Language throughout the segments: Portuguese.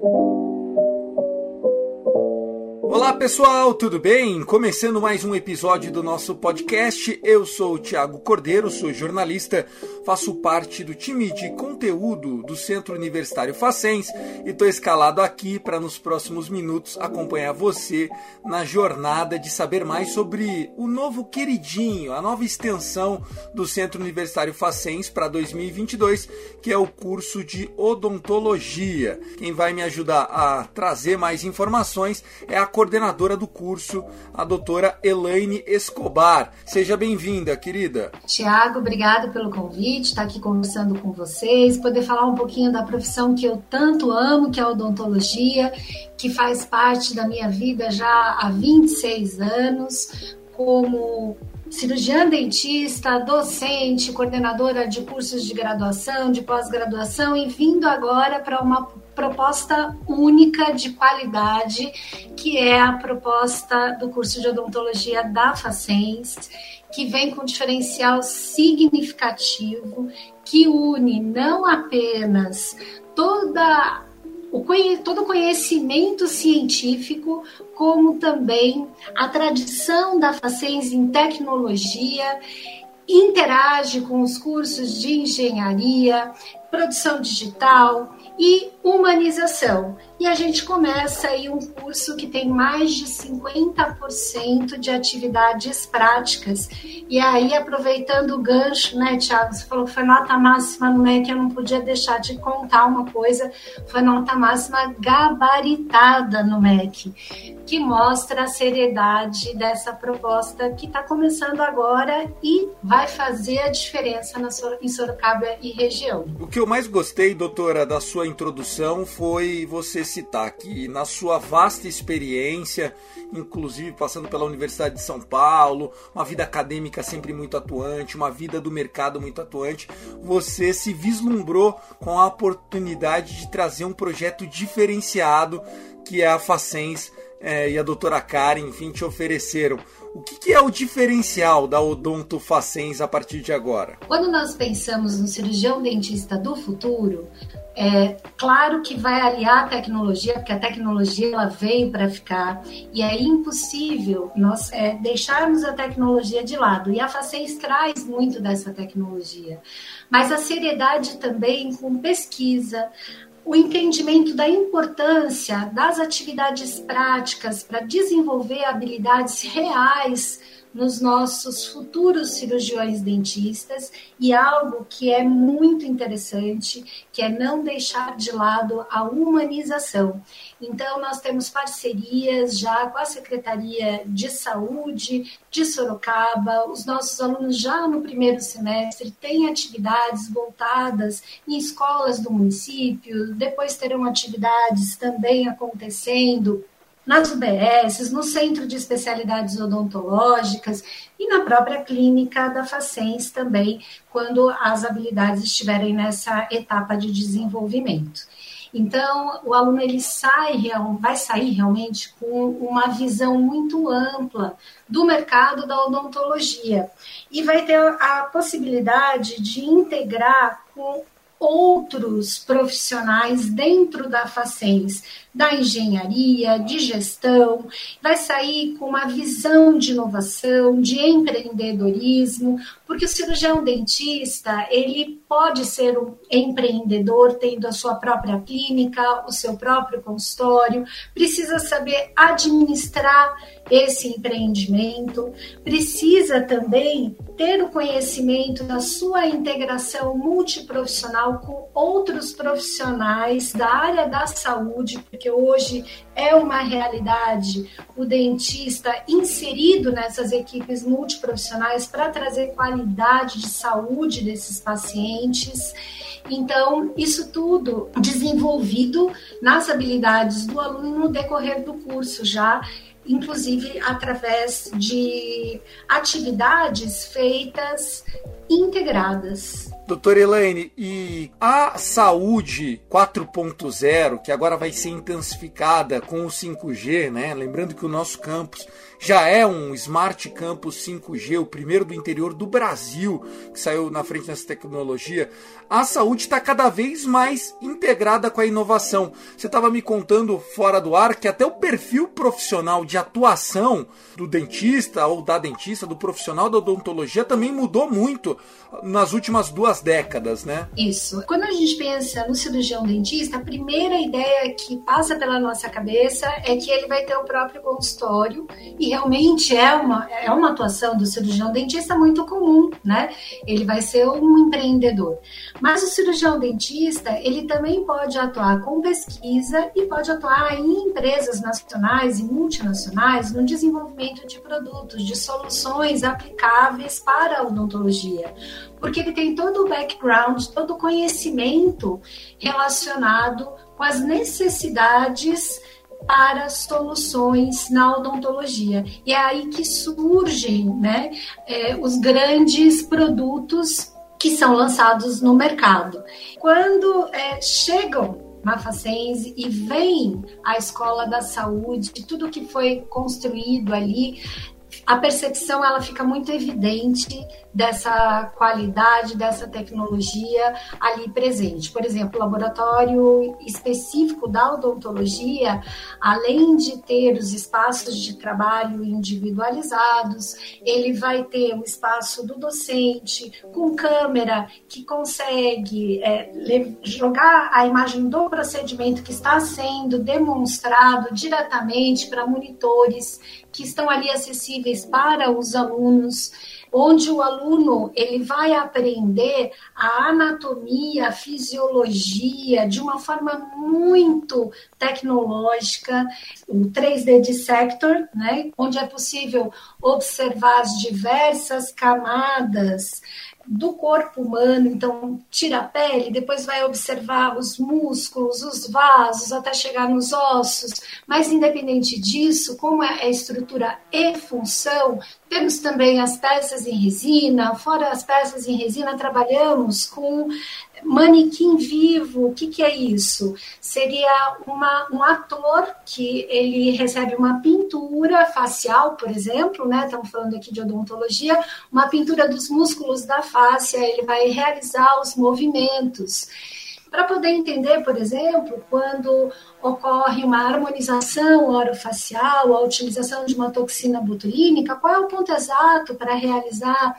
Olá pessoal, tudo bem? Começando mais um episódio do nosso podcast, eu sou o Thiago Cordeiro, sou jornalista, faço parte do time de conteúdo do Centro Universitário Facens e estou escalado aqui para nos próximos minutos acompanhar você na jornada de saber mais sobre o novo queridinho, a nova extensão do Centro Universitário Facens para 2022, que é o curso de odontologia. Quem vai me ajudar a trazer mais informações é a coordenadora do curso, a doutora Elaine Escobar. Seja bem-vinda, querida. Tiago, obrigado pelo convite, estar aqui conversando com vocês, poder falar um pouquinho da profissão que eu tanto amo, que é a odontologia, que faz parte da minha vida já há 26 anos, como cirurgiã dentista, docente, coordenadora de cursos de graduação, de pós-graduação e vindo agora para uma proposta única de qualidade, que é a proposta do curso de odontologia da Facens, que vem com um diferencial significativo, que une não apenas todo o conhecimento científico, como também a tradição da Facens em tecnologia, interage com os cursos de engenharia, produção digital e humanização. E a gente começa aí um curso que tem mais de 50% de atividades práticas. E aí, aproveitando o gancho, né, Thiago? Você falou que foi nota máxima no MEC, eu não podia deixar de contar uma coisa, foi nota máxima gabaritada no MEC, que mostra a seriedade dessa proposta que está começando agora e vai fazer a diferença em Sorocaba e região. O que eu mais gostei, doutora, da sua introdução foi você citar que na sua vasta experiência, inclusive passando pela Universidade de São Paulo, uma vida acadêmica sempre muito atuante, uma vida do mercado muito atuante, você se vislumbrou com a oportunidade de trazer um projeto diferenciado que é a Facens e a doutora Karen, enfim, te ofereceram. O que é o diferencial da Odonto Facens a partir de agora? Quando nós pensamos no cirurgião dentista do futuro, é claro que vai aliar a tecnologia, porque a tecnologia ela veio para ficar e é impossível nós deixarmos a tecnologia de lado. E a Facens traz muito dessa tecnologia, mas a seriedade também com pesquisa, o entendimento da importância das atividades práticas para desenvolver habilidades reais nos nossos futuros cirurgiões dentistas e algo que é muito interessante, que é não deixar de lado a humanização. Então, nós temos parcerias já com a Secretaria de Saúde de Sorocaba, os nossos alunos já no primeiro semestre têm atividades voltadas em escolas do município, depois terão atividades também acontecendo nas UBSs, no Centro de Especialidades Odontológicas e na própria clínica da Facens também, quando as habilidades estiverem nessa etapa de desenvolvimento. Então, o aluno vai sair realmente com uma visão muito ampla do mercado da odontologia e vai ter a possibilidade de integrar com outros profissionais dentro da Facens, da engenharia, de gestão, vai sair com uma visão de inovação, de empreendedorismo, porque o cirurgião dentista, ele pode ser um empreendedor, tendo a sua própria clínica, o seu próprio consultório, precisa saber administrar esse empreendimento, precisa também ter o conhecimento da sua integração multiprofissional com outros profissionais da área da saúde, porque hoje é uma realidade o dentista inserido nessas equipes multiprofissionais para trazer qualidade de saúde desses pacientes. Então, isso tudo desenvolvido nas habilidades do aluno no decorrer do curso já, inclusive através de atividades feitas integradas. Doutora Elaine, e a saúde 4.0, que agora vai ser intensificada com o 5G, né? Lembrando que o nosso campus já é um Smart Campus 5G, o primeiro do interior do Brasil, que saiu na frente nessa tecnologia. A saúde está cada vez mais integrada com a inovação. Você estava me contando fora do ar que até o perfil profissional de atuação do dentista ou da dentista, do profissional da odontologia, também mudou muito nas últimas 2 décadas, né? Isso. Quando a gente pensa no cirurgião dentista, a primeira ideia que passa pela nossa cabeça é que ele vai ter o próprio consultório, e realmente é uma atuação do cirurgião dentista muito comum, né? Ele vai ser um empreendedor. Mas o cirurgião dentista, ele também pode atuar com pesquisa e pode atuar em empresas nacionais e multinacionais no desenvolvimento de produtos, de soluções aplicáveis para a odontologia, porque ele tem todo o background, todo o conhecimento relacionado com as necessidades para soluções na odontologia. E é aí que surgem, né, os grandes produtos que são lançados no mercado. Quando chegam na Facens e vem a Escola da Saúde, tudo que foi construído ali, a percepção ela fica muito evidente dessa qualidade, dessa tecnologia ali presente. Por exemplo, o laboratório específico da odontologia, além de ter os espaços de trabalho individualizados, ele vai ter um espaço do docente com câmera que consegue jogar a imagem do procedimento que está sendo demonstrado diretamente para monitores que estão ali acessíveis para os alunos, onde o aluno ele vai aprender a anatomia, a fisiologia de uma forma muito tecnológica, o 3D Dissector, né, onde é possível observar as diversas camadas do corpo humano. Então tira a pele, depois vai observar os músculos, os vasos, até chegar nos ossos, mas independente disso, como é a estrutura e função, temos também as peças em resina. Fora as peças em resina, trabalhamos com manequim vivo. O que é isso? Seria um ator que ele recebe uma pintura facial, por exemplo, né? Estamos falando aqui de odontologia, uma pintura dos músculos da face, ele vai realizar os movimentos. Para poder entender, por exemplo, quando ocorre uma harmonização orofacial, a utilização de uma toxina botulínica, qual é o ponto exato para realizar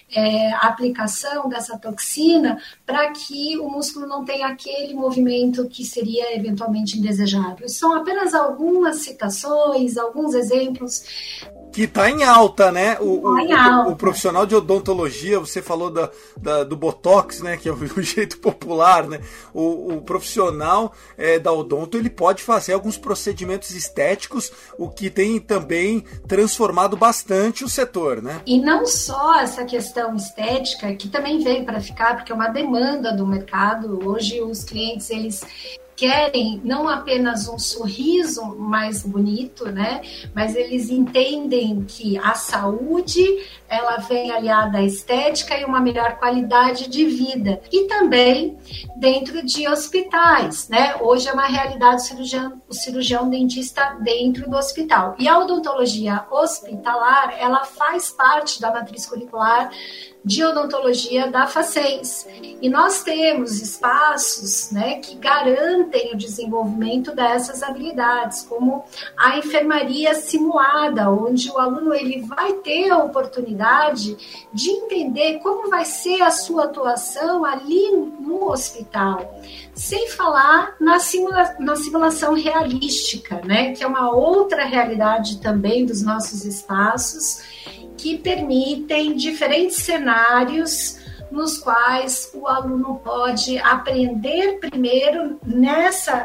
a aplicação dessa toxina para que o músculo não tenha aquele movimento que seria eventualmente indesejável. São apenas algumas citações, alguns exemplos. Que está em alta, né? O profissional de odontologia, você falou do Botox, né? Que é o jeito popular, né? O profissional da odonto, ele pode fazer alguns procedimentos estéticos, o que tem também transformado bastante o setor, né? E não só essa questão estética, que também veio para ficar, porque é uma demanda do mercado. Hoje os clientes, eles querem não apenas um sorriso mais bonito, né? Mas eles entendem que a saúde, ela vem aliada à estética e uma melhor qualidade de vida. E também dentro de hospitais, né? Hoje é uma realidade o cirurgião dentista dentro do hospital. E a odontologia hospitalar, ela faz parte da matriz curricular de odontologia da Facens. E nós temos espaços, né, que garantem o desenvolvimento dessas habilidades, como a enfermaria simulada, onde o aluno ele vai ter a oportunidade de entender como vai ser a sua atuação ali no hospital, sem falar na simulação realística, né, que é uma outra realidade também dos nossos espaços, que permitem diferentes cenários nos quais o aluno pode aprender primeiro nessa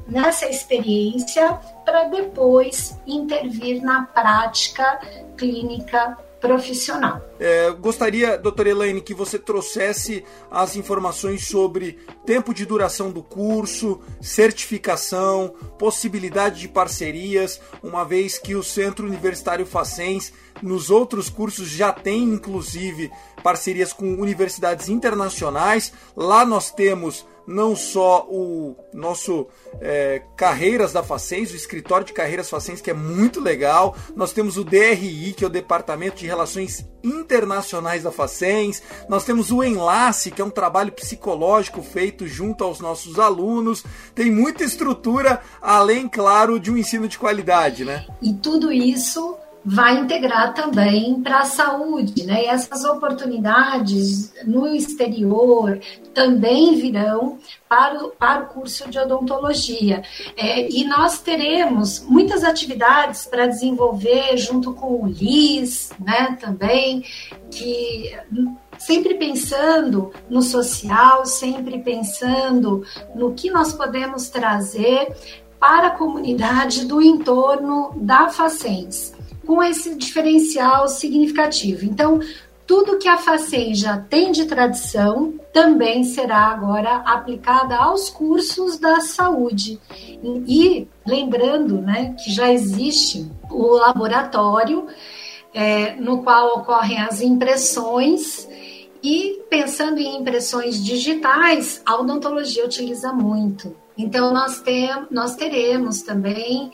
experiência para depois intervir na prática clínica profissional. Gostaria, doutora Elaine, que você trouxesse as informações sobre tempo de duração do curso, certificação, possibilidade de parcerias, uma vez que o Centro Universitário Facens, nos outros cursos, já tem, inclusive, parcerias com universidades internacionais. Lá nós temos não só o nosso Carreiras da Facens, o escritório de Carreiras Facens, que é muito legal. Nós temos o DRI, que é o Departamento de Relações Internacionais da Facens. Nós temos o Enlace, que é um trabalho psicológico feito junto aos nossos alunos. Tem muita estrutura, além, claro, de um ensino de qualidade, né? E tudo isso vai integrar também para a saúde, né? E essas oportunidades no exterior também virão para o curso de odontologia. E nós teremos muitas atividades para desenvolver junto com o LIS, né? Também, que sempre pensando no social, sempre pensando no que nós podemos trazer para a comunidade do entorno da Facens, com esse diferencial significativo. Então, tudo que a Facens já tem de tradição também será agora aplicada aos cursos da saúde. E lembrando, né, que já existe o laboratório no qual ocorrem as impressões, e pensando em impressões digitais, a odontologia utiliza muito. Então, nós teremos também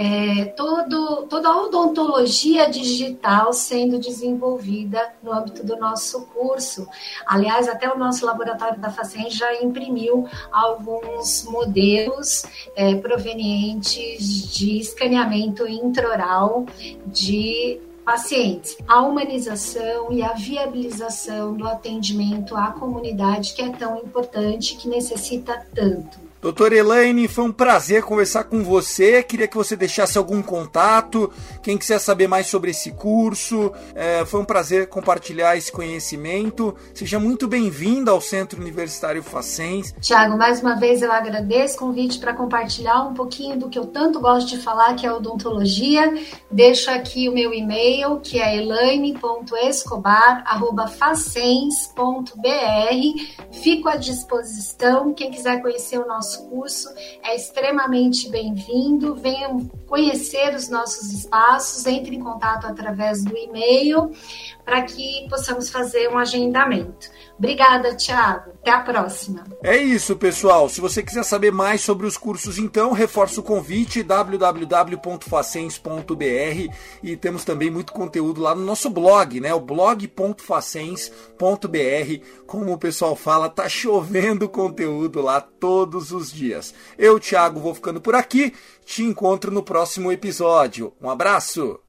toda a odontologia digital sendo desenvolvida no âmbito do nosso curso. Aliás, até o nosso laboratório da Facens já imprimiu alguns modelos provenientes de escaneamento intraoral de pacientes. A humanização e a viabilização do atendimento à comunidade, que é tão importante, que necessita tanto. Doutora Elaine, foi um prazer conversar com você. Queria que você deixasse algum contato, quem quiser saber mais sobre esse curso. Foi um prazer compartilhar esse conhecimento. Seja muito bem-vinda ao Centro Universitário Facens. Tiago, mais uma vez eu agradeço o convite para compartilhar um pouquinho do que eu tanto gosto de falar, que é a odontologia. Deixo aqui o meu e-mail, que é elaine.escobar@facens.br. Fico à disposição. Quem quiser conhecer o nosso curso é extremamente bem-vindo. Venham conhecer os nossos espaços, entre em contato através do e-mail para que possamos fazer um agendamento. Obrigada, Tiago. Até a próxima. É isso, pessoal. Se você quiser saber mais sobre os cursos, então, reforço o convite, www.facens.br, e temos também muito conteúdo lá no nosso blog, né? O blog.facens.br. Como o pessoal fala, tá chovendo conteúdo lá todos os dias. Eu, Tiago, vou ficando por aqui. Te encontro no próximo episódio. Um abraço!